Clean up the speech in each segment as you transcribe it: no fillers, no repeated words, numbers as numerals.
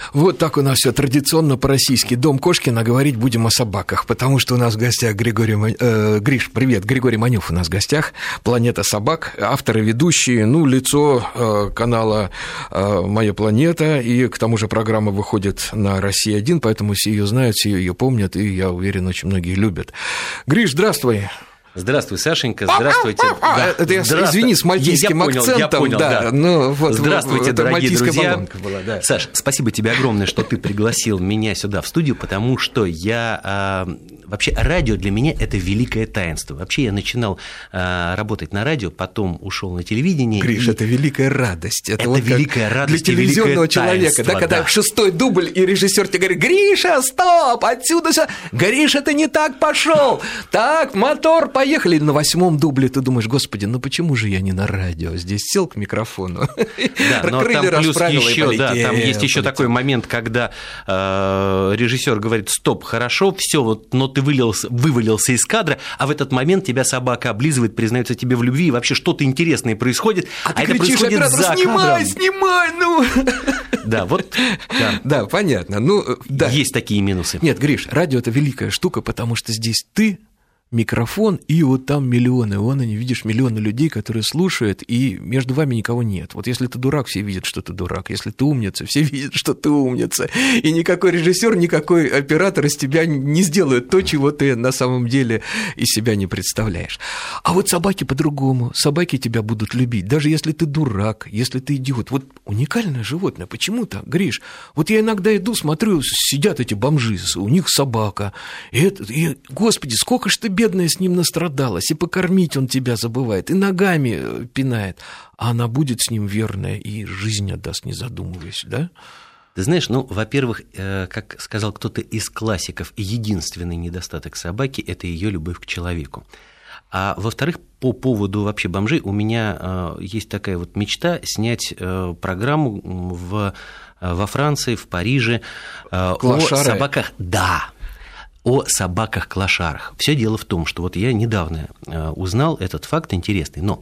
Вот так у нас все традиционно по-российски. Дом Кошкина, говорить будем о собаках, потому что у нас в гостях Гриш, привет, Григорий Манев у нас в гостях, «Планета собак», автор и ведущий, лицо канала «Моя планета», и к тому же программа выходит на «Россия-1», поэтому все ее знают, все ее помнят, и, я уверен, очень многие любят. Гриш, здравствуй. Здравствуй, Сашенька, здравствуйте. Это я, извини, с мальтийским акцентом. Я понял, да. Здравствуйте, дорогие друзья. Была, да. Саш, спасибо тебе огромное, что ты пригласил меня сюда в студию, потому что я... Вообще, радио для меня – это великое таинство. Вообще, я начинал работать на радио, потом ушел на телевидение. Гриш, это великая радость. Это вот великая радость для телевизионного человека. Таинство, когда 6-й дубль, и режиссер тебе говорит: Гриша, стоп, отсюда все. Гриша, ты не так пошел. Так, мотор, поехали. На 8-м дубле ты думаешь: господи, почему же я не на радио? Здесь сел к микрофону. Да, но там плюс еще, да, там есть еще такой момент, когда режиссер говорит: стоп, хорошо, все, но ты вывалился из кадра, а в этот момент тебя собака облизывает, признается тебе в любви, и вообще что-то интересное происходит, а это кричишь, происходит за кадром. Снимай, Да, вот. Да, понятно. Да. Есть такие минусы. Нет, Гриш, радио – это великая штука, потому что здесь ты, микрофон, и вот там миллионы, они, видишь, миллионы людей, которые слушают, и между вами никого нет. Вот если ты дурак, все видят, что ты дурак, если ты умница, все видят, что ты умница, и никакой режиссер, никакой оператор из тебя не сделает то, чего ты на самом деле из себя не представляешь. А вот собаки по-другому, собаки тебя будут любить, даже если ты дурак, если ты идиот. Вот уникальное животное, почему-то, Гриш, вот я иногда иду, смотрю, сидят эти бомжи, у них собака, и господи, сколько ж ты бедная с ним настрадалась, и покормить он тебя забывает, и ногами пинает, а она будет с ним верная и жизнь отдаст, не задумываясь, да? Ты знаешь, во-первых, как сказал кто-то из классиков, единственный недостаток собаки – это ее любовь к человеку. А во-вторых, по поводу вообще бомжей, у меня есть такая вот мечта снять программу во Франции, в Париже о собаках. Да. О собаках-клошарах. Все дело в том, что вот я недавно узнал этот факт интересный, но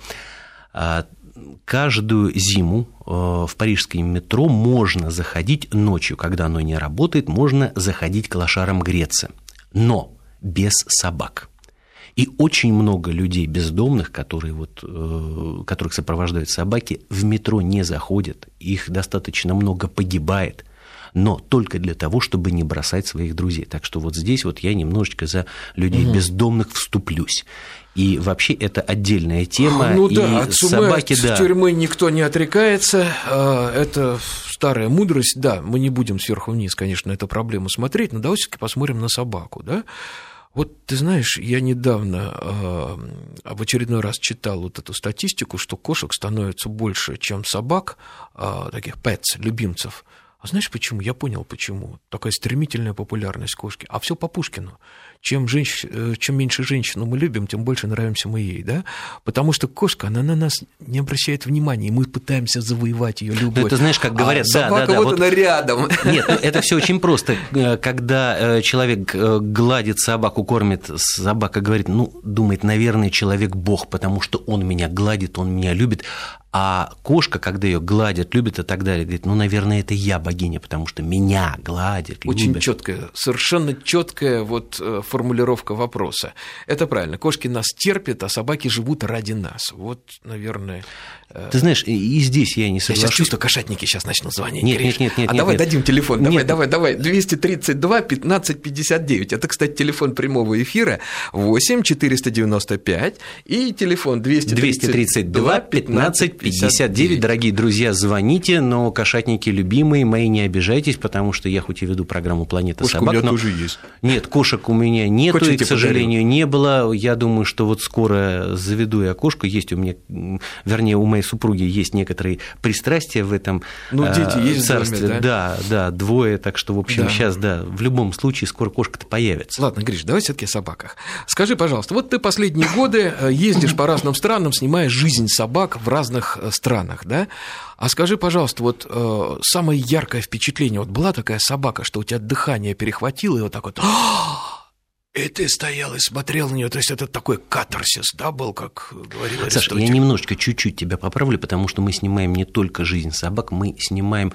каждую зиму в парижское метро можно заходить ночью, когда оно не работает, можно заходить клошарам греться, но без собак. И очень много людей бездомных, которых сопровождают собаки, в метро не заходят, их достаточно много погибает, но только для того, чтобы не бросать своих друзей. Так что вот здесь вот я немножечко за людей бездомных вступлюсь. И вообще это отдельная тема. Да, от собаки, с тюрьмы никто не отрекается. Это старая мудрость. Да, мы не будем сверху вниз, конечно, на эту проблему смотреть, но давай все-таки посмотрим на собаку, да? Вот ты знаешь, я недавно в очередной раз читал вот эту статистику, что кошек становится больше, чем собак, таких pets, любимцев. А знаешь почему? Я понял, почему. Такая стремительная популярность кошки. А все по Пушкину. Чем меньше женщину мы любим, тем больше нравимся мы ей, да? Потому что кошка, она на нас не обращает внимания, и мы пытаемся завоевать ее любовь. Ну, это знаешь, как говорят, собака вот она рядом. Нет, это все очень просто. Когда человек гладит собаку, кормит, собака говорит, думает, наверное, человек Бог, потому что он меня гладит, он меня любит. А кошка, когда ее гладят, любят и так далее, говорит, наверное, это я богиня, потому что меня гладят, любят. Очень четкая, совершенно четкая вот формулировка вопроса. Это правильно. Кошки нас терпят, а собаки живут ради нас. Вот, наверное... Ты знаешь, и здесь я не соглашусь. Я сейчас чувствую, кошатники сейчас начнут звонить. Нет. Давай дадим телефон. Давай. 232-15-59. Это, кстати, телефон прямого эфира 8-495 и телефон 232-15-59. Дорогие друзья, звоните, но кошатники любимые мои, не обижайтесь, потому что я хоть и веду программу «Планета собак». Кошка у меня тоже есть. Нет, кошек у меня нету, и, к сожалению, не было. Я думаю, что вот скоро заведу я кошку. Есть у меня, вернее, у моей супруги есть некоторые пристрастия в этом дети есть царстве. В доме, да? Да, двое, так что, в общем, сейчас, в любом случае, скоро кошка-то появится. Ладно, Гриш, давай все-таки о собаках. Скажи, пожалуйста, вот ты последние годы ездишь по разным странам, снимаешь жизнь собак в разных странах, да? А скажи, пожалуйста, вот самое яркое впечатление, вот была такая собака, что у тебя дыхание перехватило, и вот так вот... И ты стоял и смотрел на нее, то есть это такой катарсис, да, был, как говорил Аристотель? Саша, я немножечко, чуть-чуть тебя поправлю, потому что мы снимаем не только жизнь собак, мы снимаем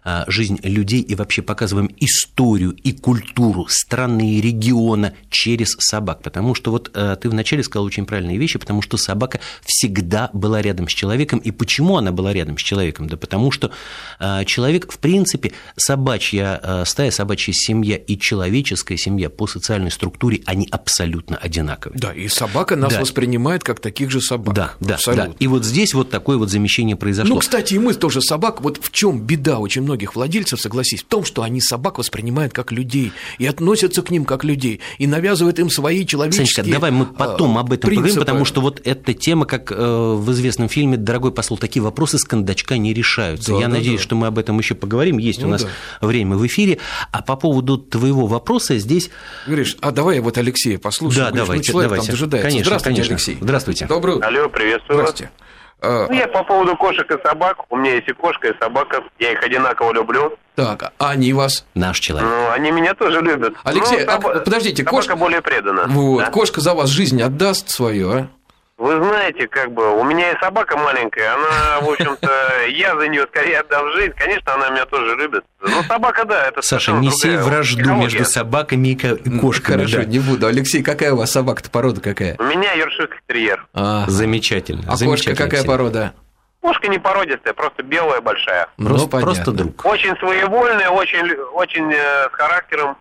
жизнь людей и вообще показываем историю и культуру страны, региона через собак. Потому что вот ты вначале сказал очень правильные вещи, потому что собака всегда была рядом с человеком. И почему она была рядом с человеком? Да потому что человек, в принципе, собачья стая, собачья семья и человеческая семья по социальной структуре, они абсолютно одинаковые. Да, и собака нас воспринимает как таких же собак. Да. И вот здесь вот такое вот замещение произошло. Ну, кстати, и мы тоже собак, вот в чем беда очень многих владельцев, согласись, в том, что они собак воспринимают как людей и относятся к ним как людей, и навязывают им свои человеческие Санечка, давай мы потом об этом поговорим, потому что вот эта тема, как в известном фильме «Дорогой посол», такие вопросы с кондачка не решаются. Я надеюсь, что мы об этом еще поговорим, есть у нас время в эфире. А по поводу твоего вопроса здесь... Гриш, а давай вот Алексея послушаем. Да, давайте. Человек там дожидается. Конечно, Здравствуйте, конечно. Алексей. Здравствуйте. Доброе утро. Алло, приветствую вас. Здравствуйте. Ну, я по поводу кошек и собак. У меня есть и кошка, и собака. Я их одинаково люблю. Так, а они вас? Наш человек. Ну, они меня тоже любят. Алексей, подождите, собака более предана. Вот, да? Кошка за вас жизнь отдаст свою, а? Вы знаете, как бы, у меня и собака маленькая, она, в общем-то, я за нее скорее отдам жизнь, конечно, она меня тоже любит. Но собака, да, это Саша, не сей вражду между собаками и кошками. Хорошо, не буду. Алексей, какая у вас собака-то, порода какая? У меня йоркширский терьер. Замечательно. А кошка какая порода? Кошка не породистая, просто белая большая. Просто друг. Очень своевольная, очень с характером.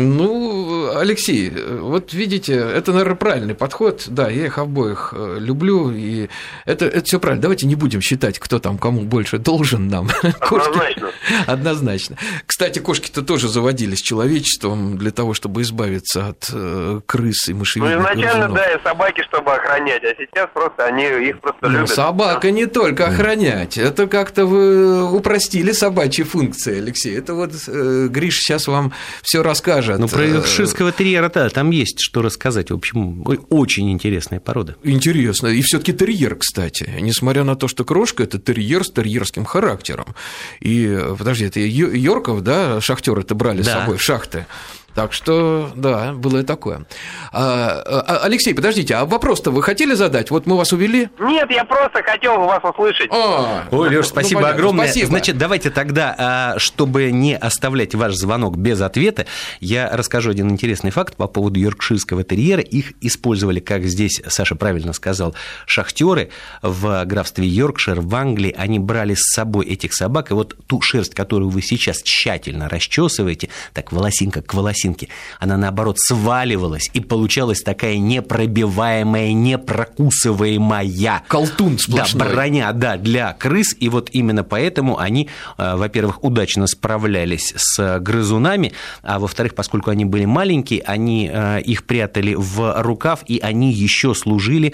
Ну, Алексей, вот видите, это, наверное, правильный подход. Да, я их обоих люблю, и это все правильно. Давайте не будем считать, кто там кому больше должен нам. Однозначно. Однозначно. Кстати, кошки-то тоже заводились человечеством для того, чтобы избавиться от крыс и мышевидных грызунов. Ну, изначально, да, и собаки, чтобы охранять, а сейчас просто они их просто любят. Собака не только охранять, это как-то вы упростили собачьи функции, Алексей. Это вот Гриш сейчас вам все расскажет. Ну, про йоркширского терьера, да, там есть что рассказать. В общем, очень интересная порода. Интересно. И все-таки терьер, кстати. Несмотря на то, что крошка – это терьер с терьерским характером. И, подожди, это йорков, да, шахтеры-то брали с собой в шахты. Так что, да, было и такое. Алексей, подождите, а вопрос-то вы хотели задать? Вот мы вас увели? Нет, я просто хотел вас услышать. Ой, Лёш, спасибо огромное. Спасибо. Значит, давайте тогда, чтобы не оставлять ваш звонок без ответа, я расскажу один интересный факт по поводу йоркширского терьера. Их использовали, как здесь Саша правильно сказал, шахтеры в графстве Йоркшир, в Англии. Они брали с собой этих собак, и вот ту шерсть, которую вы сейчас тщательно расчесываете, так волосинка к волосинке, она, наоборот, сваливалась, и получалась такая непробиваемая, непрокусываемая колтун сплошной. Да, броня, да, для крыс, и вот именно поэтому они, во-первых, удачно справлялись с грызунами, а во-вторых, поскольку они были маленькие, они их прятали в рукав, и они еще служили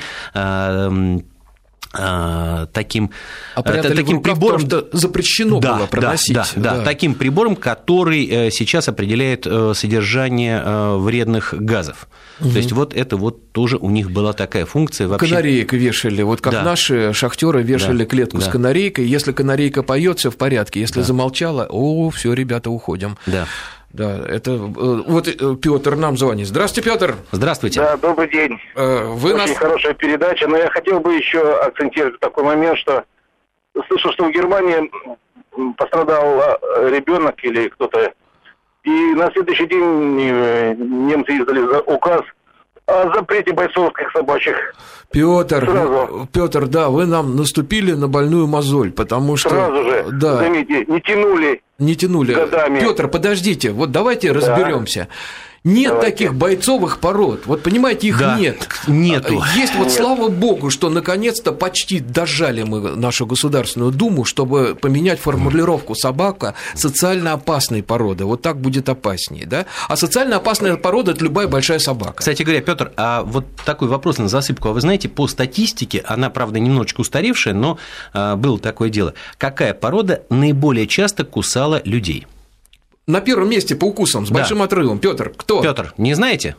таким прибором, что запрещено было проносить. Да, таким прибором, который сейчас определяет содержание вредных газов. То есть вот это вот тоже у них была такая функция. Вообще... Канарейка вешали, вот как наши шахтеры вешали клетку с канарейкой. Если канарейка поет, все в порядке. Если замолчала, все, ребята, уходим. Да, это вот Петр нам звонит. Здравствуйте, Петр. Здравствуйте. Да, добрый день. Очень хорошая передача, но я хотел бы еще акцентировать такой момент, что слышал, что в Германии пострадал ребенок или кто-то, и на следующий день немцы издали указ о запрете бойцовских собачьих. Петр, да, вы нам наступили на больную мозоль, потому что... Сразу же, заметьте, не тянули годами. Петр, подождите, вот давайте разберемся. Нет таких бойцовых пород. Вот понимаете, их нет. Нету. Есть вот, слава богу, что наконец-то почти дожали мы нашу Государственную Думу, чтобы поменять формулировку собака социально опасной породы. Вот так будет опаснее, да? А социально опасная порода – это любая большая собака. Кстати говоря, Петр, а вот такой вопрос на засыпку. А вы знаете, по статистике, она, правда, немножечко устаревшая, но было такое дело. Какая порода наиболее часто кусала людей? На первом месте по укусам, с большим отрывом. Петр, кто? Петр, не знаете?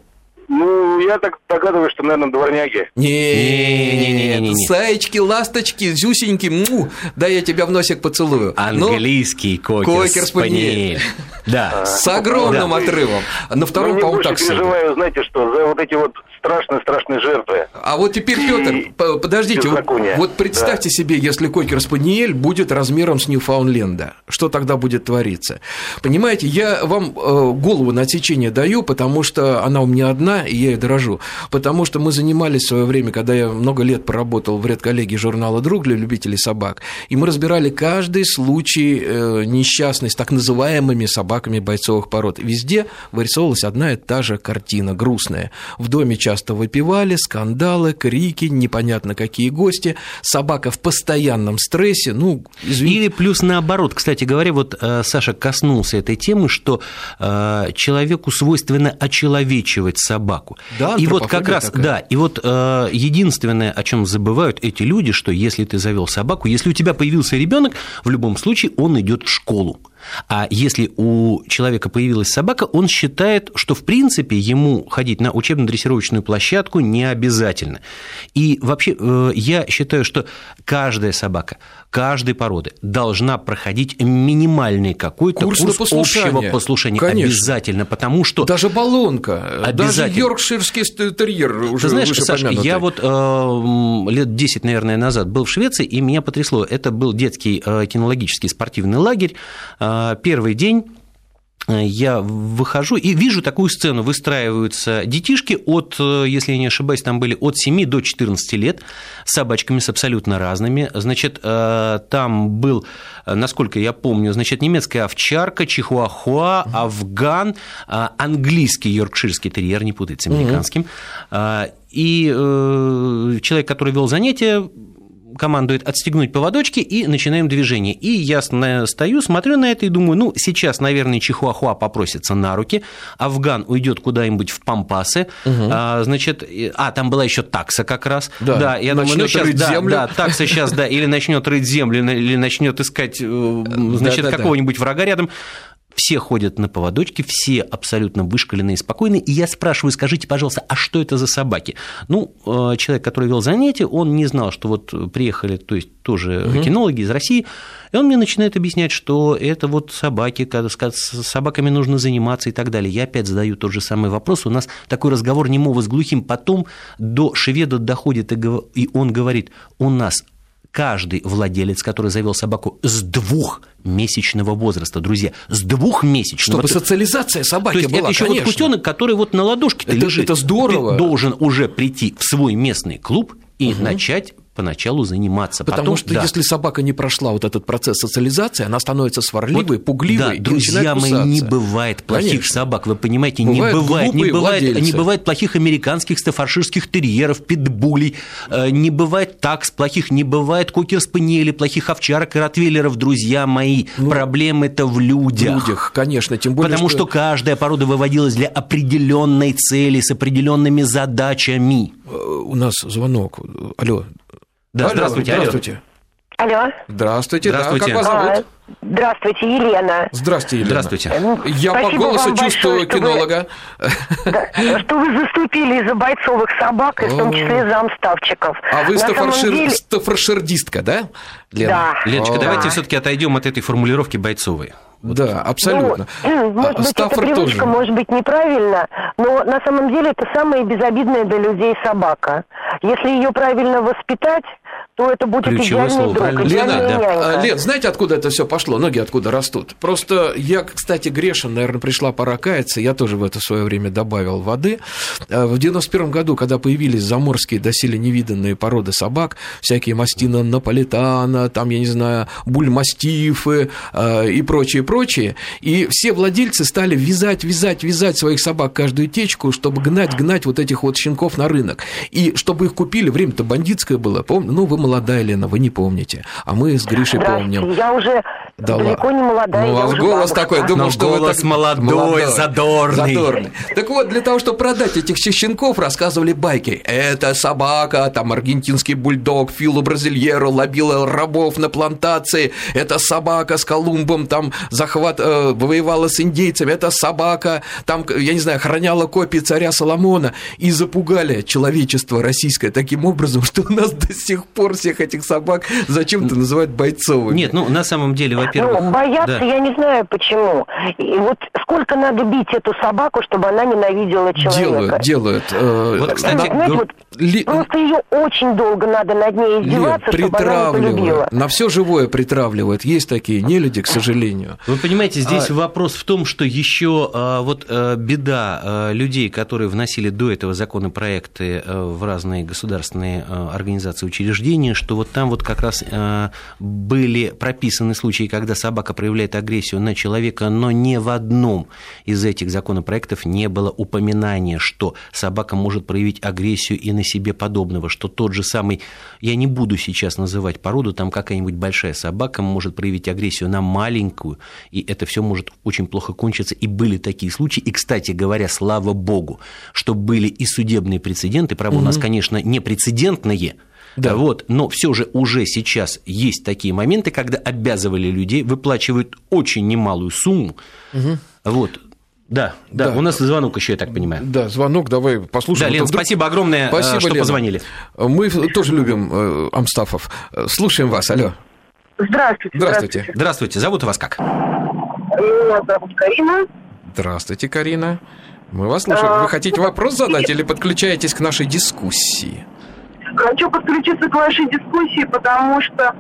Ну, я так догадываюсь, что, наверное, дворняги. Не-не-не, саечки, ласточки, зюсеньки, да я тебя в носик поцелую. Английский кокер-спаниель. Да. С огромным отрывом. На втором, по-моему, так я переживаю, знаете что, за вот эти вот страшные жертвы. А вот теперь, Петр, подождите, вот представьте себе, если кокер-спаниель будет размером с Ньюфаундленда, что тогда будет твориться? Понимаете, я вам голову на отсечение даю, потому что она у меня одна, и я ей дорожу, потому что мы занимались в свое время, когда я много лет проработал в редколлегии журнала «Друг» для любителей собак, и мы разбирали каждый случай несчастный с так называемыми собаками бойцовых пород. Везде вырисовывалась одна и та же картина, грустная. В доме часто выпивали, скандалы, крики, непонятно какие гости, собака в постоянном стрессе, извините. Или плюс наоборот, кстати говоря, вот Саша коснулся этой темы, что человеку свойственно очеловечивать собаку. Да, и вот как раз, такая. Да, и вот единственное, о чем забывают эти люди, что если ты завел собаку, если у тебя появился ребенок, в любом случае он идет в школу. А если у человека появилась собака, он считает, что, в принципе, ему ходить на учебно-дрессировочную площадку не обязательно. И вообще я считаю, что каждая собака, каждой породы должна проходить минимальный какой-то курс общего послушания. Конечно. Обязательно, потому что... Даже баллонка, даже йоркширский терьер уже. Ты знаешь, Саша, я вот лет 10, наверное, назад был в Швеции, и меня потрясло. Это был детский кинологический спортивный лагерь. Первый день я выхожу и вижу такую сцену. Выстраиваются детишки от, если я не ошибаюсь, там были от 7 до 14 лет с собачками, с абсолютно разными. Значит, там был, насколько я помню, значит, немецкая овчарка, чихуахуа, афган, английский йоркширский терьер, не путать с американским. И человек, который вел занятия, командует отстегнуть поводочки, и начинаем движение. И я стою, смотрю на это и думаю, сейчас, наверное, чихуахуа попросится на руки, афган уйдет куда-нибудь в пампасы, значит, там была еще такса как раз, да, я думаю, сейчас, такса сейчас, или начнет рыть землю, или начнет искать, значит, какого-нибудь врага рядом. Все ходят на поводочке, все абсолютно вышколенные и спокойные. И я спрашиваю, скажите, пожалуйста, а что это за собаки? Человек, который вел занятия, он не знал, что вот приехали, то есть тоже кинологи из России, и он мне начинает объяснять, что это вот собаки, с собаками нужно заниматься и так далее. Я опять задаю тот же самый вопрос. У нас такой разговор немого с глухим. Потом до шведа доходит, и он говорит, у нас каждый владелец, который завел собаку с 2-месячного возраста, друзья, с 2-месячного. Чтобы социализация собаки была, это еще конечно. вот кутенок, который вот на ладошке-то лежит. Это здорово. Ты должен уже прийти в свой местный клуб и начать поначалу заниматься. Потому что если собака не прошла вот этот процесс социализации, она становится сварливой, пугливой. Да, друзья мои, не бывает плохих собак, вы понимаете, не бывает плохих американских стаффордширских терьеров, питбулей, не бывает такс плохих, не бывает кокер-спаниелей, плохих овчарок и ротвейлеров, друзья мои. Проблема-то в людях. В людях, конечно, тем более, потому что каждая порода выводилась для определенной цели, с определенными задачами. У нас звонок. Алло. Да, здравствуйте. Алло. Здравствуйте. Да, как вас зовут? Здравствуйте, Елена. Здравствуйте, Елена. Здравствуйте. Спасибо Я по голосу чувствую кинолога. Что вы заступили за бойцовых собак, и в том числе за амставчиков. А вы стаффордширдистка, да, Лена? Да. Леночка, давайте все-таки отойдем от этой формулировки бойцовой. Да, абсолютно. Может быть, эта привычка может быть неправильна, но на самом деле это самая безобидная для людей собака. Если ее правильно воспитать, то это будет идеальный друг, идеальная нянька. Лен, знаете, откуда это все пошло? Ноги откуда растут? Просто я, кстати, грешен, наверное, пришла пора каяться, я тоже в это свое время добавил воды. В 91 году, когда появились заморские, доселе невиданные породы собак, всякие мастина наполитана, там, я не знаю, бульмастифы и прочее, и все владельцы стали вязать своих собак каждую течку, чтобы гнать вот этих вот щенков на рынок. И чтобы их купили, время-то бандитское было, помню, вы молодая, Лена, вы не помните. А мы с Гришей помним. Я уже далеко не молодая. Ну, у вас голос такой, думал, что голос так... молодой, задорный. Так вот, для того, чтобы продать этих щенков, рассказывали байки. Это собака, там, аргентинский бульдог, Филу Бразильеру ловила рабов на плантации. Это собака с Колумбом, там, воевала с индейцами. Это собака, там, я не знаю, охраняла копии царя Соломона. И запугали человечество российское таким образом, что у нас до сих пор всех этих собак зачем-то называют бойцовыми. Нет, ну, на самом деле, во-первых... Ну, боятся, да. Я не знаю почему. И вот сколько надо бить эту собаку, чтобы она ненавидела человека? Делают. Вот, кстати, просто ее очень долго надо над ней издеваться, чтобы она не полюбила. На все живое притравливают. Есть такие нелюди, к сожалению. Вы понимаете, здесь вопрос в том, что еще вот беда людей, которые вносили до этого законопроекты в разные государственные организации, учреждения, что вот там вот как раз были прописаны случаи, когда собака проявляет агрессию на человека, но ни в одном из этих законопроектов не было упоминания, что собака может проявить агрессию и на себе подобного, что тот же самый, я не буду сейчас называть породу, там какая-нибудь большая собака может проявить агрессию на маленькую, и это все может очень плохо кончиться, и были такие случаи, и, кстати говоря, слава богу, что были и судебные прецеденты, правда, у нас, конечно, не прецедентные, да. Вот, но все же уже сейчас есть такие моменты, когда обязывали людей, выплачивают очень немалую сумму. Вот. Да, у нас звонок еще, я так понимаю. Да, звонок, давай послушаем. Да, Лен, спасибо огромное, что Лена. Позвонили. Мы тоже любим Амстафов. Слушаем вас, алло. Здравствуйте. Здравствуйте, зовут вас как? Меня зовут Карина. Здравствуйте, Карина. Мы вас слушаем. Вы хотите вопрос задать или подключаетесь к нашей дискуссии? Хочу подключиться к вашей дискуссии, потому что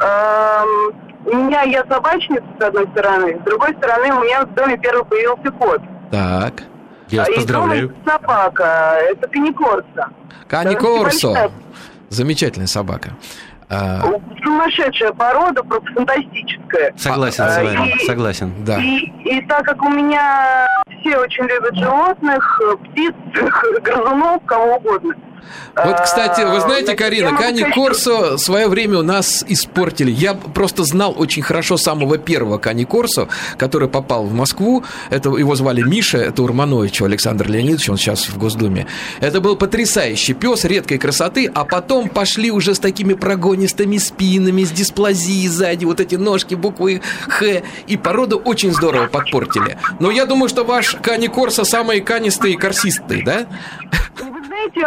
я собачница, с одной стороны, с другой стороны, у меня в доме первый появился кот. Так. Я вас поздравляю. И собака, это Каникорсо. Каникорсо. Замечательная собака. Сумасшедшая порода, просто фантастическая. Согласен с вами, согласен. Да. И так как у меня все очень любят животных, птиц, грызунов, кого угодно. Вот, кстати, вы знаете, Карина, Каникорсо в свое время у нас испортили. Я просто знал очень хорошо самого первого Каникорсо, который попал в Москву. Его звали Миша, это Урманович Александр Леонидович, он сейчас в Госдуме. Это был потрясающий пес редкой красоты, а потом пошли уже с такими прогонистыми спинами, с дисплазией сзади, вот эти ножки, буквы Х, и породу очень здорово подпортили. Но я думаю, что ваш Каникорсо самый канистый и корсистый, да? Вы знаете,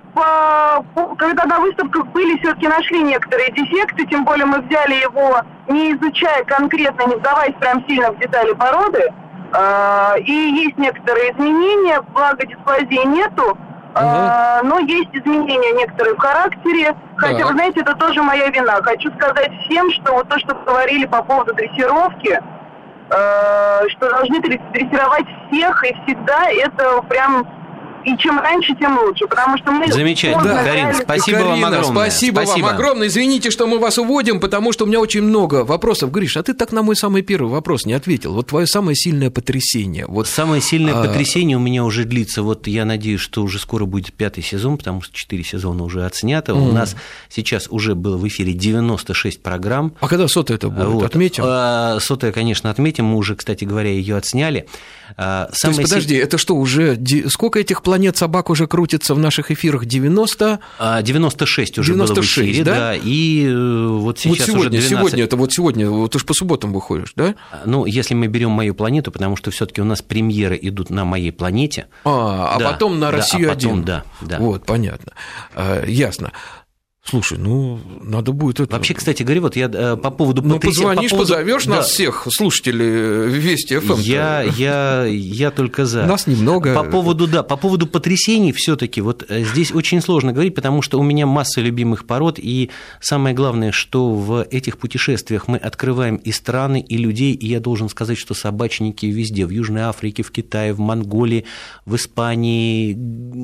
когда на выставках были, все-таки нашли некоторые дефекты, тем более мы взяли его, не изучая конкретно, не вдаваясь прям сильно в детали породы, и есть некоторые изменения, благо дисплазии нету, но есть изменения некоторые в характере, хотя, вы знаете, это тоже моя вина. Хочу сказать всем, что вот то, что говорили по поводу дрессировки, что должны дрессировать всех и всегда, это прям... И чем раньше, тем лучше, потому что мы... Замечательно, да. Карин, спасибо вам огромное. Спасибо вам огромное. Извините, что мы вас уводим, потому что у меня очень много вопросов. Гриш, а ты так на мой самый первый вопрос не ответил. Вот твое самое сильное потрясение. Вот... Самое сильное потрясение у меня уже длится. Вот я надеюсь, что уже скоро будет 5-й сезон, потому что 4 сезона уже отснято. У нас сейчас уже было в эфире 96 программ. А когда 100-я это будет? Вот. Отметим? 100-я, конечно, отметим. Мы уже, кстати говоря, ее отсняли. То есть, подожди, это что, уже... Сколько этих планет собак уже крутится в наших эфирах? 90? 96 уже 96, было в эфире, да? И вот сейчас вот сегодня, уже 12. Сегодня, ты же по субботам выходишь, да? Ну, если мы берем «Мою планету», потому что все-таки у нас премьеры идут на «Моей планете». Да, потом на «Россию-1». Да. Вот, понятно. Ясно. Слушай, надо будет это... Вообще, кстати говоря, вот я по поводу... позвонишь, позовешь нас всех, слушателей Вести ФМ. Я только за. Нас немного. По поводу потрясений все-таки вот здесь очень сложно говорить, потому что у меня масса любимых пород, и самое главное, что в этих путешествиях мы открываем и страны, и людей, и я должен сказать, что собачники везде, в Южной Африке, в Китае, в Монголии, в Испании,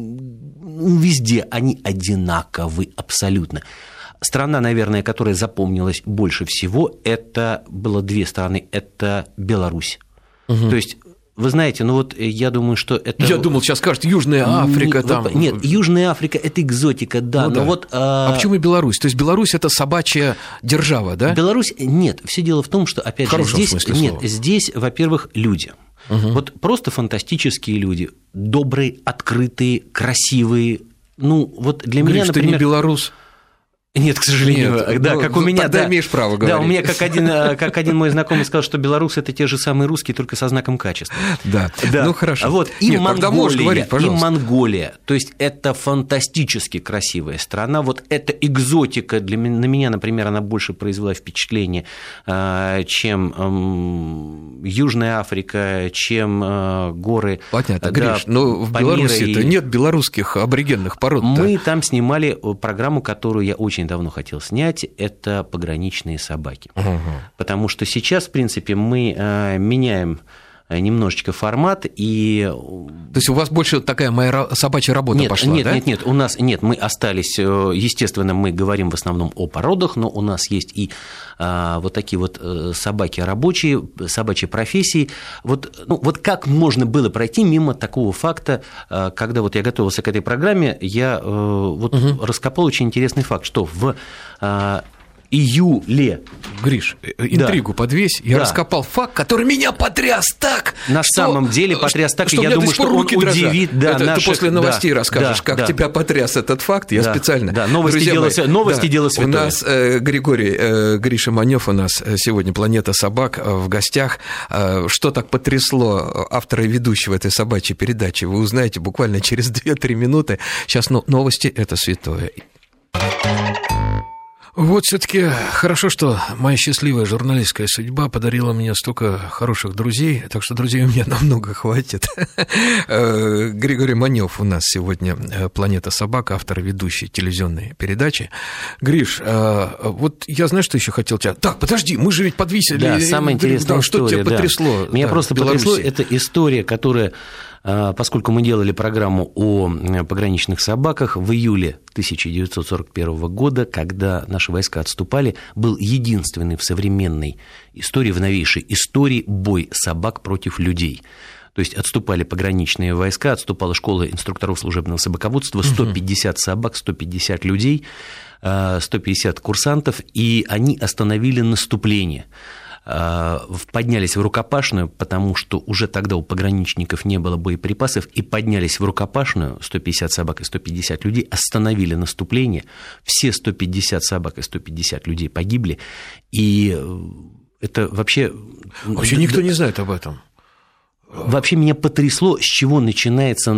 везде они одинаковы абсолютно. Страна, наверное, которая запомнилась больше всего, это было 2 страны, это Беларусь. То есть Вы знаете, ну вот я думаю, что это... Я думал, сейчас скажут, Южная Африка там... Нет, Южная Африка – это экзотика, да, ну, но да. вот... А почему и Беларусь? То есть Беларусь – это собачья держава, да? Беларусь – нет, все дело в том, что, опять же, здесь, во-первых, люди. Вот просто фантастические люди, добрые, открытые, красивые. Ну, вот для меня, например... ты не белорус? Нет, к сожалению. Нет, да, как у меня. Тогда да, имеешь право говорить. Да, у меня как один мой знакомый сказал, что белорусы – это те же самые русские, только со знаком качества. Да, ну хорошо. Вот. И Нет, Монголия. То есть это фантастически красивая страна. Вот эта экзотика на меня, например, она больше произвела впечатление, чем Южная Африка, чем горы. Понятно, Гриш, но в Беларуси-то нет белорусских аборигенных пород. Мы там снимали программу, которую я очень давно хотел снять, это пограничные собаки. Потому что сейчас, в принципе, мы меняем немножечко формат, и... То есть у вас больше такая моя собачья работа пошла, да? Нет, у нас нет, мы остались, естественно, мы говорим в основном о породах, но у нас есть и вот такие вот собаки рабочие, собачьи профессии. Вот как можно было пройти мимо такого факта, когда вот я готовился к этой программе, я раскопал очень интересный факт, что в июле. Гриш, интригу подвесь. Я раскопал факт, который меня потряс так. На самом деле потряс так, и я думаю, что он удивит. Ты после новостей расскажешь, как тебя потряс этот факт. Я специально... Да, новости дело святое. У нас Гриша Манёв, у нас сегодня «Планета собак» в гостях. Что так потрясло автора и ведущего этой собачьей передачи, вы узнаете буквально через 2-3 минуты. Сейчас новости – это святое. Вот все-таки хорошо, что моя счастливая журналистская судьба подарила мне столько хороших друзей, так что друзей у меня намного хватит. Григорий Манёв у нас сегодня «Планета собак», автор и ведущий телевизионной передачи. Гриш, вот я знаю, что еще хотел тебя... Так, подожди, мы же ведь подвесили... Да, самая интересная история. Что тебя потрясло? Меня просто потрясло, это история, которая... Поскольку мы делали программу о пограничных собаках, в июле 1941 года, когда наши войска отступали, был единственный в современной истории, в новейшей истории бой собак против людей. То есть отступали пограничные войска, отступала школа инструкторов служебного собаководства, 150 собак, 150 людей, 150 курсантов, и они остановили наступление. Поднялись в рукопашную, потому что уже тогда у пограничников не было боеприпасов, и поднялись в рукопашную, 150 собак и 150 людей, остановили наступление, все 150 собак и 150 людей погибли, и это вообще... Вообще никто не знает об этом. Вообще меня потрясло, с чего начинается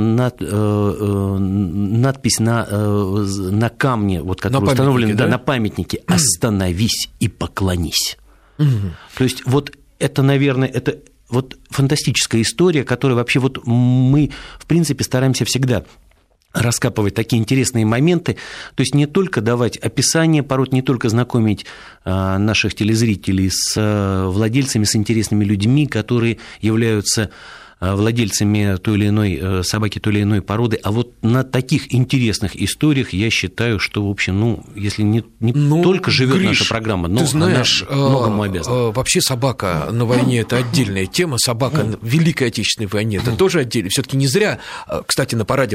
надпись на камне, вот, которая установлена на памятнике «Остановись и поклонись». То есть вот это, наверное, это вот фантастическая история, которая вообще вот мы, в принципе, стараемся всегда раскапывать такие интересные моменты, то есть не только давать описание пород, не только знакомить наших телезрителей с владельцами, с интересными людьми, которые являются владельцами той или иной собаки, той или иной породы, а вот на таких интересных историях я считаю, что, в общем, если не только живет наша программа, но она многому обязана. Вообще собака на войне – это отдельная тема, собака в Великой Отечественной войне – это тоже отдельно. Все-таки не зря, кстати, на параде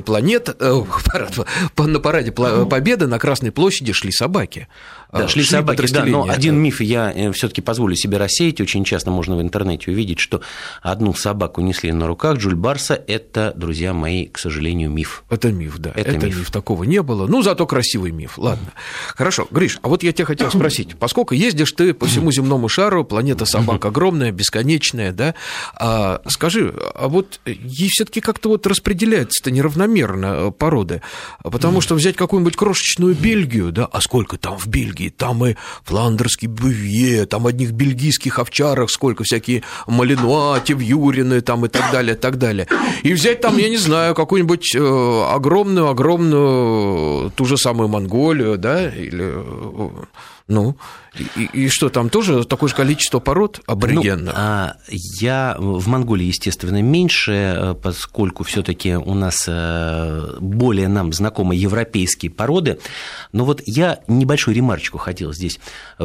Победы на Красной площади шли собаки. Да, шли собаки, да, но один миф я все-таки позволю себе рассеять. Очень часто можно в интернете увидеть, что одну собаку несли на руках Джульбарса. Это, друзья мои, к сожалению, миф. Это миф, да. Это миф. Такого не было. Ну, зато красивый миф. Ладно. Хорошо. Гриш, а вот я тебя хотел спросить. Поскольку ездишь ты по всему земному шару, планета собак огромная, бесконечная, да, скажи, а вот ей все-таки как-то вот распределяется-то неравномерно породы. Потому что взять какую-нибудь крошечную Бельгию, да, а сколько там в Бельгии? Там и фландерский бювье, там одних бельгийских овчарок, сколько всякие малинуа, тевьюрины там и так далее, так далее. И взять там, я не знаю, какую-нибудь огромную ту же самую Монголию, да, или Ну, и что, там тоже такое же количество пород аборигенных? Я в Монголии, естественно, меньше, поскольку все-таки у нас более нам знакомы европейские породы. Но вот я небольшую ремарочку хотел здесь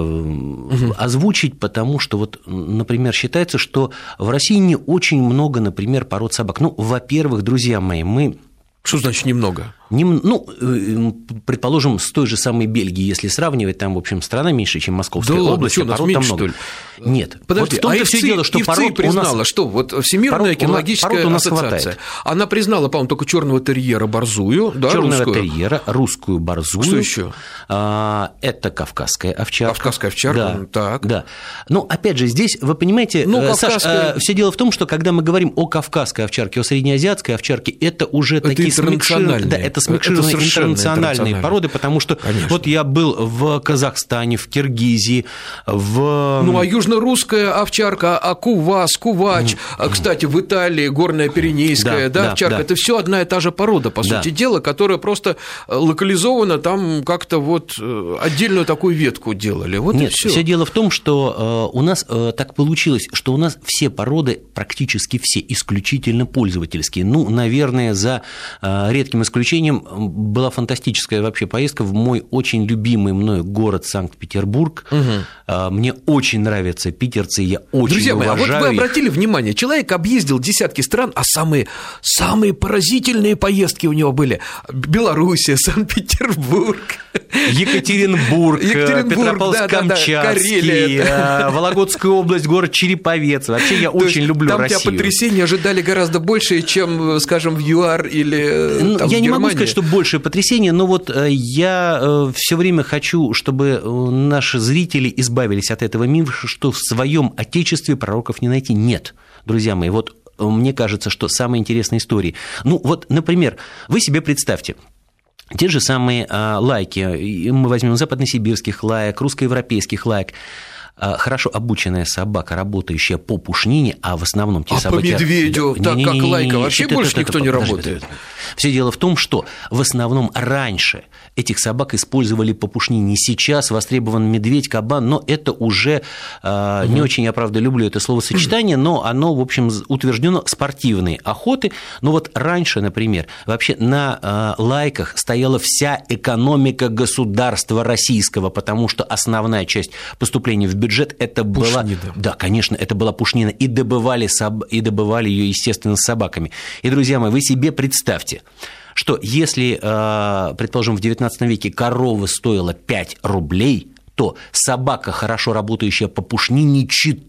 озвучить, потому что, вот, например, считается, что в России не очень много, например, пород собак. Ну, во-первых, друзья мои, мы... Что значит немного? Предположим, с той же самой Бельгией, если сравнивать, там, в общем, страна меньше, чем Московская область, что, пород там много. Нет. Подожди, вот в том-то все дело, что пород признала, у нас... что вот Всемирная кинологическая ассоциация, хватает. Она признала, по-моему, только черного терьера борзую, да, черного терьера, русскую борзую. Что еще? Это кавказская овчарка. Кавказская овчарка, да, так. Да. Ну, опять же, здесь, вы понимаете, Саш, все дело в том, что когда мы говорим о кавказской овчарке, о среднеазиатской овчарке, это уже такие смикшированные, это смикшированные интернациональные породы, потому что вот я был в Казахстане, в Киргизии, а южно-русская овчарка, кувас, кувач, кстати, в Италии горная пиренейская, овчарка, это все одна и та же порода, по сути дела, которая просто локализована, там как-то вот отдельную такую ветку делали. Вот Нет, и все. Все дело в том, что у нас так получилось, что у нас все породы, практически все, исключительно пользовательские. Ну, наверное, за редким исключением была фантастическая вообще поездка в мой очень любимый мною город Санкт-Петербург. Мне очень нравятся питерцы, я очень Друзья мои, уважаю а вот вы обратили внимание, человек объездил десятки стран, а самые поразительные поездки у него были Белоруссия, Санкт-Петербург, Екатеринбург, Петропавловск-Камчатский, Вологодская область, город Череповец. Вообще я очень люблю Россию. Там тебя потрясения ожидали гораздо больше, чем, скажем, в ЮАР или там, я в не Германии. могу сказать, что большее потрясение, но вот я все время хочу, чтобы наши зрители избавились от этого мифа, что в своем отечестве пророков не найти. Нет, друзья мои, вот мне кажется, что самые интересные истории. Ну вот, например, вы себе представьте, те же самые лайки, мы возьмем западносибирских лаек, русско-европейских лаек, хорошо обученная собака, работающая по пушнине, а в основном те собаки... по медведю, так как лайка, вообще больше никто не работает. Все дело в том, что в основном раньше этих собак использовали по пушнине. Сейчас востребован медведь, кабан, но это уже не очень, я правда люблю это словосочетание, но оно, в общем, утверждено спортивные охоты. Но вот раньше, например, вообще на лайках стояла вся экономика государства российского, потому что основная часть поступления в бюджет это была... Да, конечно, это была пушнина, и добывали ее, естественно, с собаками. И, друзья мои, вы себе представьте, что если, предположим, в XIX веке корова стоила 5 рублей, то собака, хорошо работающая по пушнине,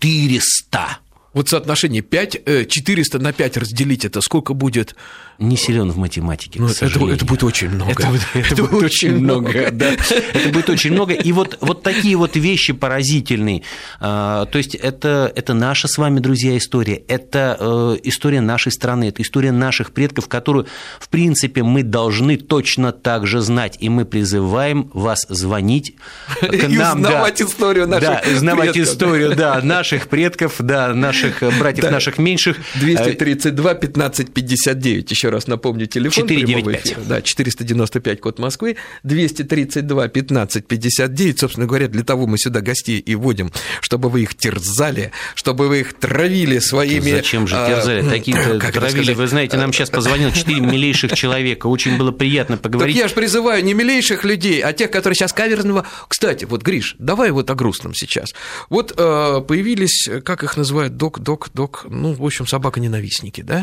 400. Вот соотношение 400 на 5 разделить, это сколько будет? Не силен в математике, к сожалению. Это будет очень много. Это будет очень много, да. Это будет очень много. И вот такие вот вещи поразительные. То есть это наша с вами, друзья, история. Это история нашей страны, это история наших предков, которую, в принципе, мы должны точно так же знать. И мы призываем вас звонить к нам. И узнавать историю наших предков. Да, узнавать историю, да, наших предков, да, наших братьев, наших меньших. 232 15 59, еще раз напомню, телефон 495. Да, 495, код Москвы, 232 15 59, собственно говоря, для того мы сюда гостей и вводим, чтобы вы их терзали, чтобы вы их травили своими... Зачем же терзали? Такие-то травили, вы знаете, нам сейчас позвонил 4 милейших человека, очень было приятно поговорить. Так я же призываю не милейших людей, а тех, которые сейчас каверзного... Кстати, вот, Гриш, давай вот о грустном сейчас. Вот появились, как их называют, ну, в общем, собака-ненавистники, да?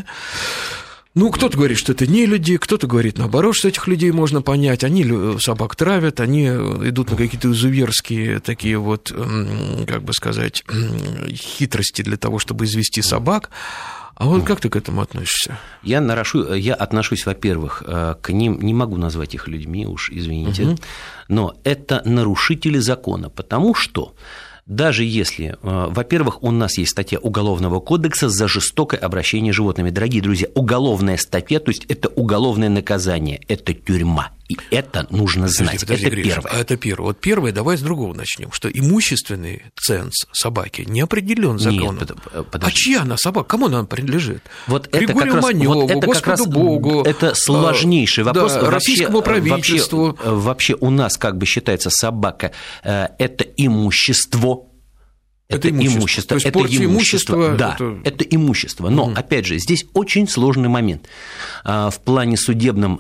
Ну, кто-то говорит, что это не люди, кто-то говорит, наоборот, что этих людей можно понять. Они собак травят, они идут на какие-то изуверские такие вот, как бы сказать, хитрости для того, чтобы извести собак. А вот как ты к этому относишься? Я отношусь, во-первых, к ним, не могу назвать их людьми, уж извините, но это нарушители закона, потому что даже если, во-первых, у нас есть статья Уголовного кодекса за жестокое обращение с животными. Дорогие друзья, уголовная статья, то есть это уголовное наказание, это тюрьма. И это нужно знать. Подожди, это Гриша, первое. Это первое. Вот первое, давай с другого начнем, что имущественный ценз собаки не определен законом. Нет, а чья она собака? Кому она принадлежит? Вот Григорию Манёву, Господу Богу. Это сложнейший вопрос. Да, российскому правительству. Вообще у нас как бы считается собака это имущество. Это имущество. То есть это имущество. Да, это имущество. Но, опять же, здесь очень сложный момент. В плане судебном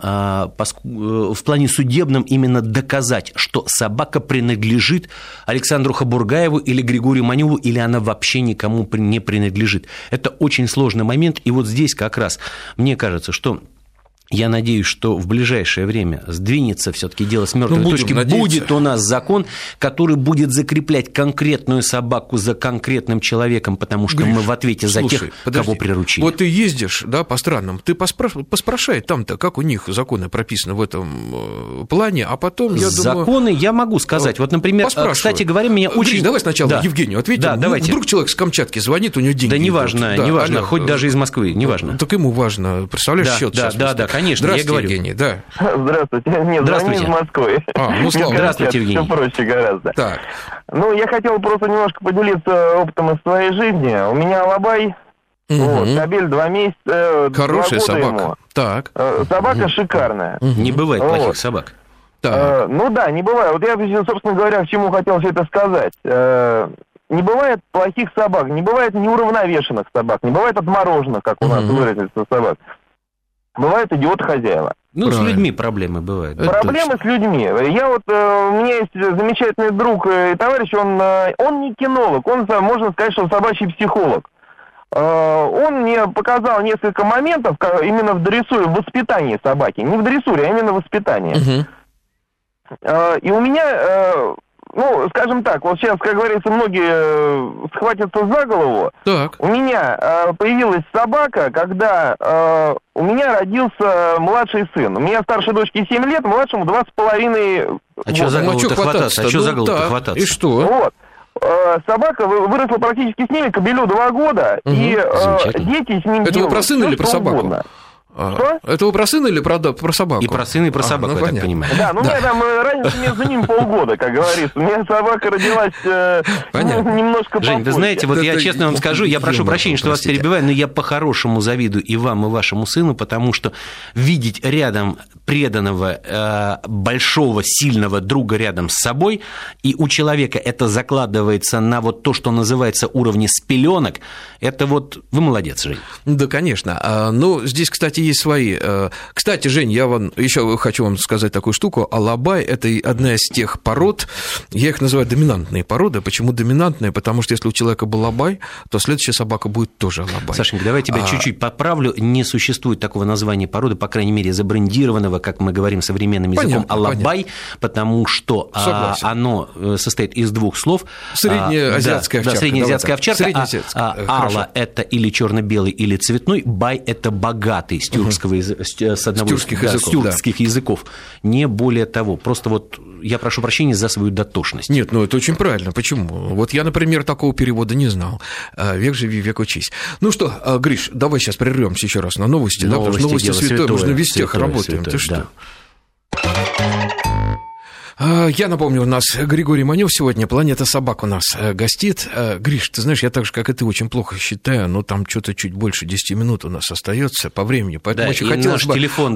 именно доказать, что собака принадлежит Александру Хабургаеву или Григорию Манёву, или она вообще никому не принадлежит. Это очень сложный момент. И вот здесь как раз мне кажется, что... Я надеюсь, что в ближайшее время сдвинется все-таки дело с мертвой точки. Будет у нас закон, который будет закреплять конкретную собаку за конкретным человеком, потому что мы в ответе за тех, кого приручили. Вот ты ездишь, да, по странам, ты поспрашай там-то, как у них законы прописаны в этом плане, а потом, я думаю... Законы я могу сказать. Вот, например, кстати говоря, меня очень... Гриш, давай сначала Евгению ответим. Да, давайте. Вдруг человек с Камчатки звонит, у него деньги Да неважно, хоть даже из Москвы, неважно. Так ему важно, представляешь, счет сейчас. Да, конечно, я говорю. Евгений, да. Здравствуйте. Нет, здравствуйте. из Москвы. Здравствуйте, Евгений. Все проще гораздо. Так. Ну, я хотел просто немножко поделиться опытом из своей жизни. У меня алабай, кобель 2 месяца. Хорошая 2 года собака. ему. Так. Собака шикарная. Не бывает плохих собак. Ну да, не бывает. Вот я, собственно говоря, к чему хотел все это сказать. Не бывает плохих собак, не бывает неуравновешенных собак, не бывает отмороженных, как у нас выразился собак. Бывают идиоты-хозяева. Ну, с людьми проблемы бывают. Проблемы с людьми. Я вот, у меня есть замечательный друг и товарищ, он не кинолог, он, можно сказать, что собачий психолог. Он мне показал несколько моментов именно в дрессуре, в воспитании собаки. Не в дрессуре, а именно в воспитании. И у меня... Ну, скажем так, вот сейчас, как говорится, многие схватятся за голову. Так. У меня появилась собака, когда у меня родился младший сын. У меня старшей дочке 7 лет, младшему 2,5. А что за голову-то хвататься? А что за голову-то хвататься? И что? Вот. Собака выросла практически с ними, кобелю 2 года, и дети с ним делают. Это вы про сына или про собаку? Угодно. Что? Это вы про сына или про собаку? И про сына, и про собаку, я так понимаю. Да, ну у меня там разница между ними полгода, как говорится. У меня собака родилась немножко попозже. Жень, вы знаете, вот я честно вам скажу, я прошу прощения, что вас перебиваю, но я по-хорошему завидую и вам, и вашему сыну, потому что видеть рядом преданного, большого, сильного друга рядом с собой, и у человека это закладывается на вот то, что называется уровне с пеленок, это вот вы молодец, Жень. Да, конечно. Ну, здесь, кстати, есть свои. Кстати, Жень, я вам еще хочу вам сказать такую штуку. Алабай – это одна из тех пород, я их называю доминантные породы. Почему доминантные? Потому что если у человека был алабай, то следующая собака будет тоже алабай. Сашенька, давай тебя чуть-чуть поправлю. Не существует такого названия породы, по крайней мере, забрендированного, как мы говорим современным языком, алабай, потому что оно состоит из 2 слов. Среднеазиатская овчарка. Да, среднеазиатская овчарка. Ала – это или черно-белый, или цветной. Бай – это богатый. С тюркского с одного из тюркских языков. Не более того. Просто вот я прошу прощения за свою дотошность. Нет, ну это очень правильно. Почему? Вот я, например, такого перевода не знал. Век живи, век учись. Ну что, Гриш, давай сейчас прервемся еще раз на новости. Да, потому что новости святое, мы же на вестях работаем. Ты что? Я напомню, у нас Григорий Манёв сегодня, «Планета собак» у нас гостит. Гриш, ты знаешь, я так же, как и ты, очень плохо считаю, но там что-то чуть больше 10 минут у нас остается по времени, поэтому да, очень и хотелось наш телефон,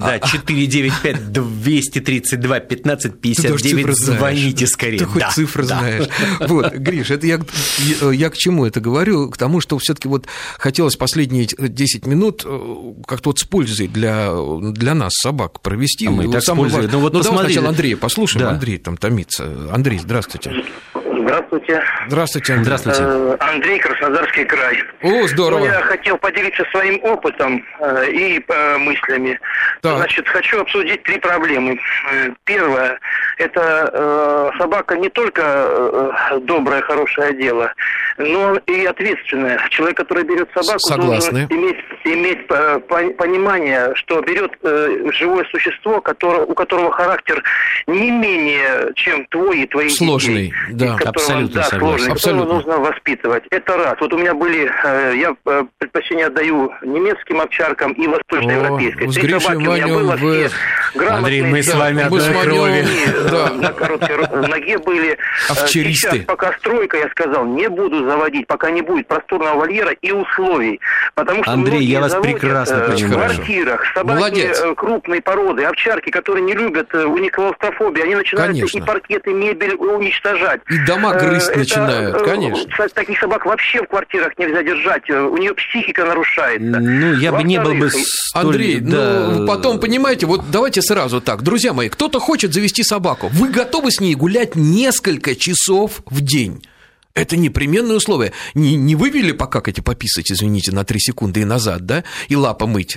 495-232-15-59, звоните скорее. Ты хоть цифры знаешь. Вот, Гриш, это я к чему это говорю? К тому, что все-таки вот хотелось последние 10 минут как-то вот с пользой для нас, собак, провести. А мы так с пользой. Ну, давай сначала Андрея послушаем. Андрей там томится. Андрей, здравствуйте. Здравствуйте. Здравствуйте, Андрей. Здравствуйте. Андрей, Краснодарский край. О, здорово. Я хотел поделиться своим опытом и мыслями. Так. Значит, хочу обсудить 3 проблемы. Первое, это собака не только доброе, хорошее дело, но и ответственное. Человек, который берет собаку, должен иметь понимание, что берет живое существо, у которого характер не менее, чем твой и твои сложный, детей. Да, абсолютно согласен. Которого нужно воспитывать. Это раз. Вот у меня я предпочтение отдаю немецким овчаркам и восточноевропейской. С Гришей Ванем Андрей, мы с вами одной крови. На короткой ноге были. Овчаристы. Сейчас, пока стройка, я сказал, не буду заводить, пока не будет просторного вольера и условий. Потому что Андрей, я вас прекрасно понимаю. В квартирах собаки крупной породы, овчарки, которые не любят, у них клаустрофобия, они начинают и паркеты, мебель уничтожать. И дома грызть начинают, конечно. Таких собак вообще в квартирах нельзя держать, у нее психика нарушается. Ну, я бы не был бы столь... Андрей, ну, потом, понимаете, вот давайте сразу так. Друзья мои, кто-то хочет завести собаку. Вы готовы с ней гулять несколько часов в день? Это непременное условие. Не вывели покакать и пописать, извините, на 3 секунды и назад, да, и лапа мыть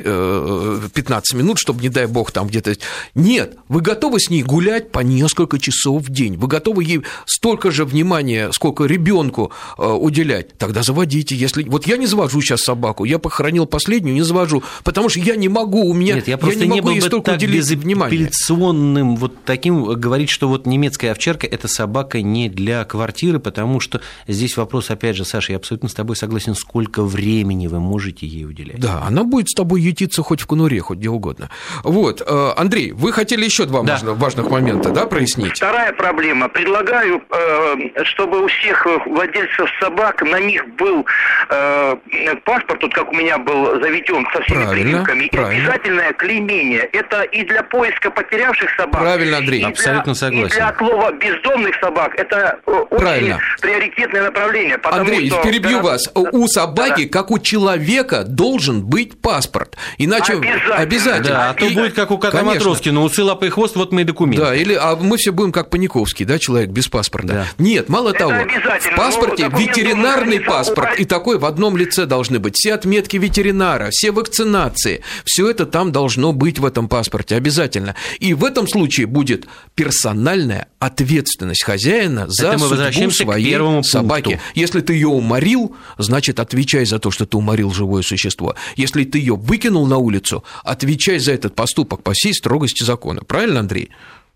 15 минут, чтобы, не дай бог, там где-то... Нет, вы готовы с ней гулять по несколько часов в день, вы готовы ей столько же внимания, сколько ребенку уделять, тогда заводите. Если... Вот я не завожу сейчас собаку, я похоронил последнюю, не завожу, потому что я не могу, у меня... Нет, я просто не был бы так безапелляционным вот таким говорить, что вот немецкая овчарка – это собака не для квартиры, потому что здесь вопрос, опять же, Саша, я абсолютно с тобой согласен, сколько времени вы можете ей уделять. Да, она будет с тобой ютиться хоть в конуре, хоть где угодно. Вот, Андрей, вы хотели еще 2 важных момента, да, прояснить? Вторая проблема. Предлагаю, чтобы у всех владельцев собак на них был паспорт, вот как у меня был заведен со всеми прививками, и обязательное клеймение. Это и для поиска потерявших собак, правильно, Андрей, абсолютно согласен. И для отлова бездомных собак. Это очень приоритетное направление. Андрей, что, перебью вас. У собаки, как у человека, должен быть паспорт. Иначе обязательно. Да, а то будет как у кота Матроскина, усы, лапы и хвост, вот мои документы. Да, или мы все будем как Паниковский, да, человек без паспорта. Да. Нет, мало того, в паспорте ветеринарный паспорт, и такой в одном лице должны быть. Все отметки ветеринара, все вакцинации, все это там должно быть в этом паспорте обязательно. И в этом случае будет персональная ответственность хозяина за судьбу своей собаки. Если ты ее уморил, значит, отвечай за то, что ты уморил живое существо. Если ты ее выкинул на улицу, отвечай за этот поступок по всей строгости закона. Правильно, Андрей?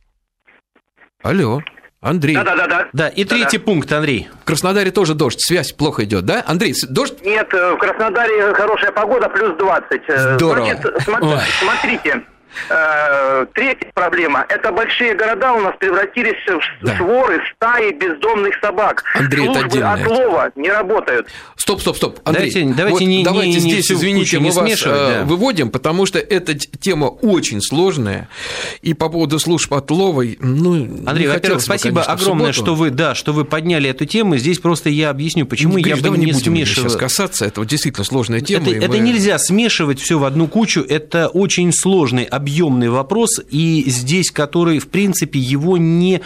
Алло. Андрей. Да, и третий пункт, Андрей. В Краснодаре тоже дождь, связь плохо идет, да? Андрей, дождь? Нет, в Краснодаре хорошая погода, плюс 20. Здорово. Значит, смотрите. Третья проблема. Это большие города у нас превратились в своры, стаи бездомных собак. Андрей, службы отлова не работают. Стоп. Андрей, давайте здесь, извините, мы вас выводим, потому что эта тема очень сложная. И по поводу служб отлова... Андрей, во-первых, спасибо огромное, что вы подняли эту тему. Здесь просто я объясню, почему я бы не смешивал. Сейчас касаться, это действительно сложная тема. Это нельзя смешивать все в одну кучу. Это очень сложный объемный вопрос, и здесь, который, в принципе, его не...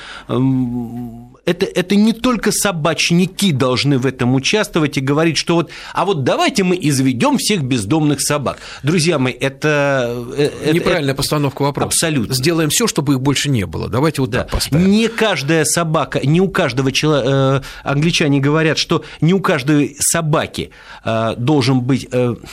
Это не только собачники должны в этом участвовать и говорить, что вот давайте мы изведем всех бездомных собак. Друзья мои, это неправильная постановка вопроса. Абсолютно. Сделаем все, чтобы их больше не было. Давайте вот так поставим. Не каждая собака, не у каждого человека, англичане говорят, что не у каждой собаки должен быть...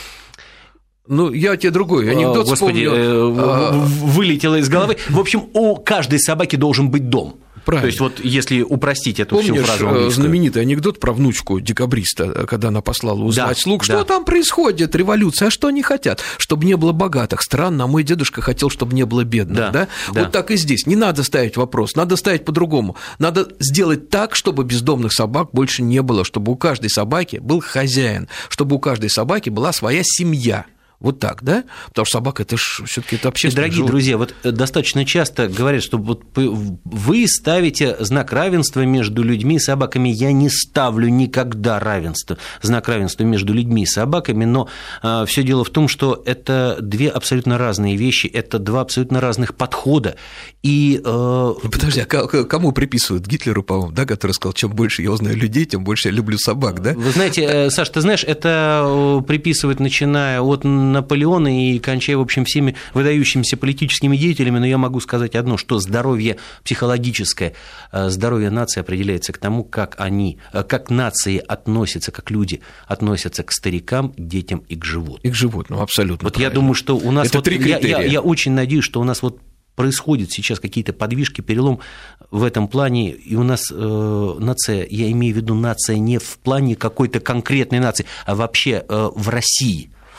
я тебе другой анекдот вспомнил. Вылетело из головы. В общем, у каждой собаки должен быть дом. Правильно. То есть, вот если упростить эту всю фразу английскую. Знаменитый анекдот про внучку декабриста, когда она послала узнать слуг, что там происходит, революция, а что они хотят? Чтобы не было богатых. Странно, а мой дедушка хотел, чтобы не было бедных. Да? Вот так и здесь. Не надо ставить вопрос, надо ставить по-другому. Надо сделать так, чтобы бездомных собак больше не было, чтобы у каждой собаки был хозяин, чтобы у каждой собаки была своя семья. Вот так, да? Потому что собака – это же все-таки общественное животное. Дорогие друзья, вот достаточно часто говорят, что вот вы ставите знак равенства между людьми и собаками. Я не ставлю никогда знак равенства между людьми и собаками, но все дело в том, что это 2 абсолютно разные вещи, это 2 абсолютно разных подхода. И... Подожди, а кому приписывают? Гитлеру, по-моему, да, который сказал, чем больше я узнаю людей, тем больше я люблю собак, да? Вы знаете, Саш, ты знаешь, это приписывают, начиная от Наполеона и кончая, в общем, всеми выдающимися политическими деятелями, но я могу сказать одно, что здоровье психологическое, здоровье нации определяется к тому, как нации относятся, как люди относятся к старикам, детям и к животным. И к животным, абсолютно. Вот правильно. Я думаю, что у нас... Это 3 критерия. Я очень надеюсь, что у нас происходят сейчас какие-то подвижки, перелом в этом плане, и у нас нация, я имею в виду нация не в плане какой-то конкретной нации, а вообще в России.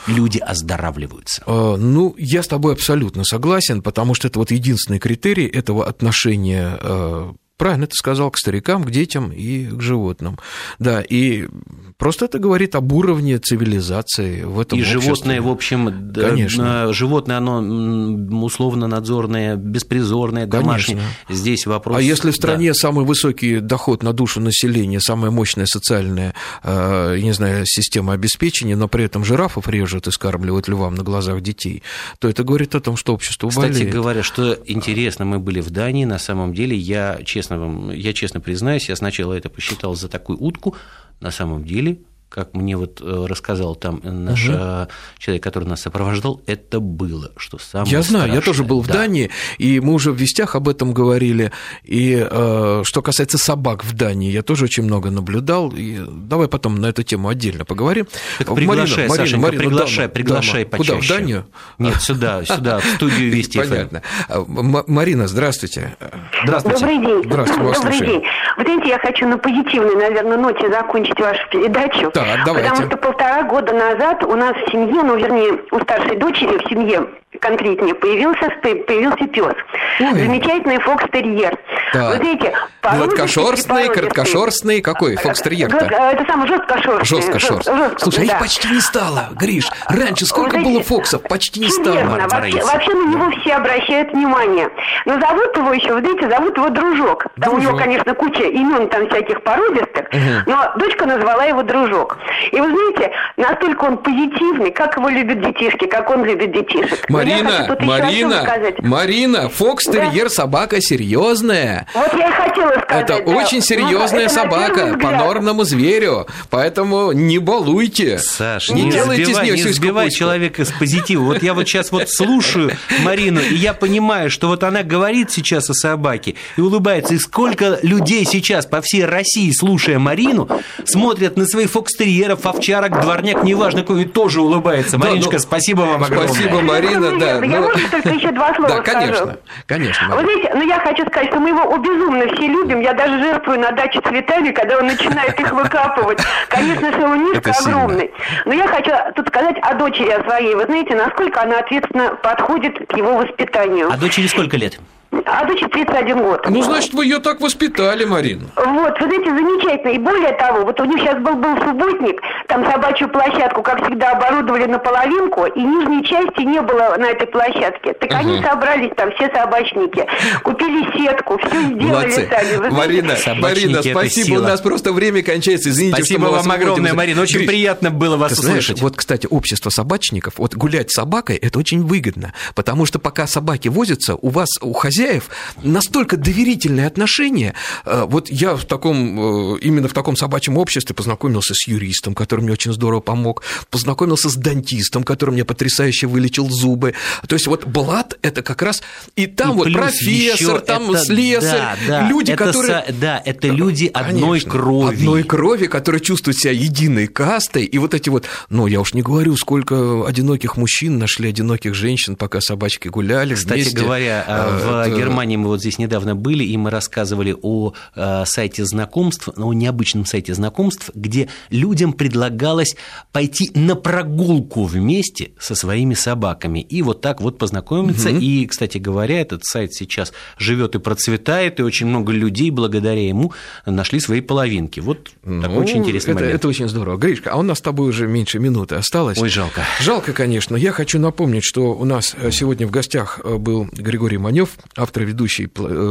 люди оздоравливаются. Ну, я с тобой абсолютно согласен, потому что это вот единственный критерий этого отношения, правильно ты сказал, к старикам, к детям и к животным. Да, и просто это говорит об уровне цивилизации в этом обществе. И животное, в общем, конечно. Животное, оно условно-надзорное, беспризорное, домашнее. Конечно. Здесь вопрос... А если в стране самый высокий доход на душу населения, самая мощная социальная, не знаю, система обеспечения, но при этом жирафов режут и скармливают львам на глазах детей, то это говорит о том, что общество болеет. Кстати говоря, что интересно, мы были в Дании, на самом деле, я честно признаюсь, я сначала это посчитал за такую утку, на самом деле, как мне вот рассказал там наш человек, который нас сопровождал, это было, что самое Я знаю, страшное. Я тоже был в Дании, и мы уже в вестях об этом говорили, и что касается собак в Дании, я тоже очень много наблюдал, и давай потом на эту тему отдельно поговорим. Так приглашай, Сашенька, приглашай почаще. Куда, в Данию? Нет, сюда, в студию Вести ФМ. Понятно. Марина, здравствуйте. Добрый день. Здравствуйте, вас Добрый слушаем. день. Вот видите, я хочу на позитивной, наверное, ноте закончить вашу передачу. Так, давайте. Потому что 1,5 года назад у нас в семье, у старшей дочери в семье конкретнее, появился пес. Замечательный фокстерьер. Так. Вот видите, гладкошерстный, короткошерстный, какой фокстерьер-то? Это самый жесткошерстный. Жесткошерстный. Слушай, их почти не стало, Гриш. Раньше сколько было фоксов? Почти не стало. Вообще на него все обращают внимание. Но зовут его Дружок. Там у него, конечно, куча имен там всяких породистых, но дочка назвала его Дружок. И вы знаете, настолько он позитивный, как его любят детишки, как он любит детишек. Марина, фокстерьер собака серьезная. Вот я и хотела сказать. Это очень серьезная собака по нормному зверю, поэтому не балуйте. Саш, не сбивай человека с позитива. Вот я вот сейчас слушаю Марину, и я понимаю, что вот она говорит сейчас о собаке и улыбается. И сколько людей сейчас по всей России, слушая Марину, смотрят на своих фокстерьеров, овчарок, дворняк, неважно, какой, тоже улыбается. Мариночка, спасибо вам огромное. Спасибо, Марина. Я можно только еще 2 слова скажу? Конечно. Вы знаете, я хочу сказать, что мы его безумно все любим. Я даже жертвую на даче цветами, когда он начинает их выкапывать. Конечно, шалунишка огромный. Но я хочу тут сказать о дочери о своей. Вы знаете, насколько она ответственно подходит к его воспитанию. А дочери сколько лет? А дочери 31 год. Ну, значит, вы ее так воспитали, Марина. Вот, вы знаете, замечательно. И более того, вот у них сейчас был субботник, там собачью площадку, как всегда, оборудовали наполовинку, и нижней части не было на этой площадке. Так они собрались там, все собачники, купили сетку, все сделали сами. Марина, спасибо, у нас просто время кончается, извините, спасибо вам огромное, Марина, очень приятно было вас услышать. Вот, кстати, общество собачников, вот гулять с собакой, это очень выгодно, потому что пока собаки возятся, у хозяев настолько доверительные отношения. Вот я именно в таком собачьем обществе познакомился с юристом, который мне очень здорово помог, познакомился с дантистом, который мне потрясающе вылечил зубы. То есть вот блат – это как раз и там вот профессор, там слесарь, люди, которые… Да, это люди одной крови. Одной крови, которые чувствуют себя единой кастой. И вот эти вот, я уж не говорю, сколько одиноких мужчин нашли одиноких женщин, пока собачки гуляли вместе. Кстати говоря, в Германии мы вот здесь недавно были, и мы рассказывали о сайте знакомств, о необычном сайте знакомств, где людям предлагалось пойти на прогулку вместе со своими собаками и вот так вот познакомиться. И, кстати говоря, этот сайт сейчас живет и процветает, и очень много людей благодаря ему нашли свои половинки. Вот такой очень интересный момент. Это очень здорово. Гришка, а у нас с тобой уже меньше минуты осталось. Ой, жалко. Жалко, конечно. Я хочу напомнить, что у нас сегодня в гостях был Григорий Манёв, автор и ведущий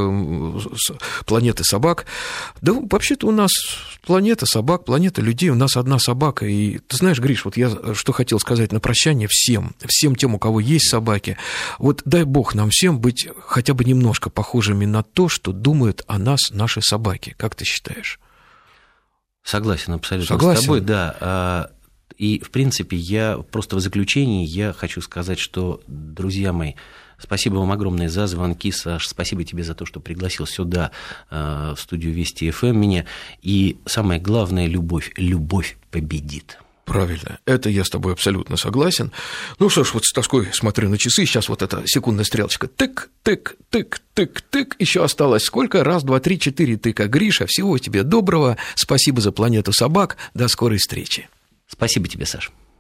«Планеты собак». Да, вообще-то у нас планета собак, планета людей, у нас одна собака. И ты знаешь, Гриш, вот я что хотел сказать на прощание всем тем, у кого есть собаки. Вот дай бог нам всем быть хотя бы немножко похожими на то, что думают о нас наши собаки. Как ты считаешь? Согласен абсолютно с тобой, да. И, в принципе, я просто в заключении я хочу сказать, что, друзья мои, спасибо вам огромное за звонки, Саш, спасибо тебе за то, что пригласил сюда, в студию Вести ФМ меня. И самое главное – любовь. Любовь победит. Правильно, это я с тобой абсолютно согласен. Ну что ж, вот с тоской смотрю на часы, сейчас вот эта секундная стрелочка, тык, тык, тык, тык, тык, еще осталось сколько? 1, 2, 3, 4 тыка. Гриша, всего тебе доброго, спасибо за «Планету собак», до скорой встречи. Спасибо тебе, Саш.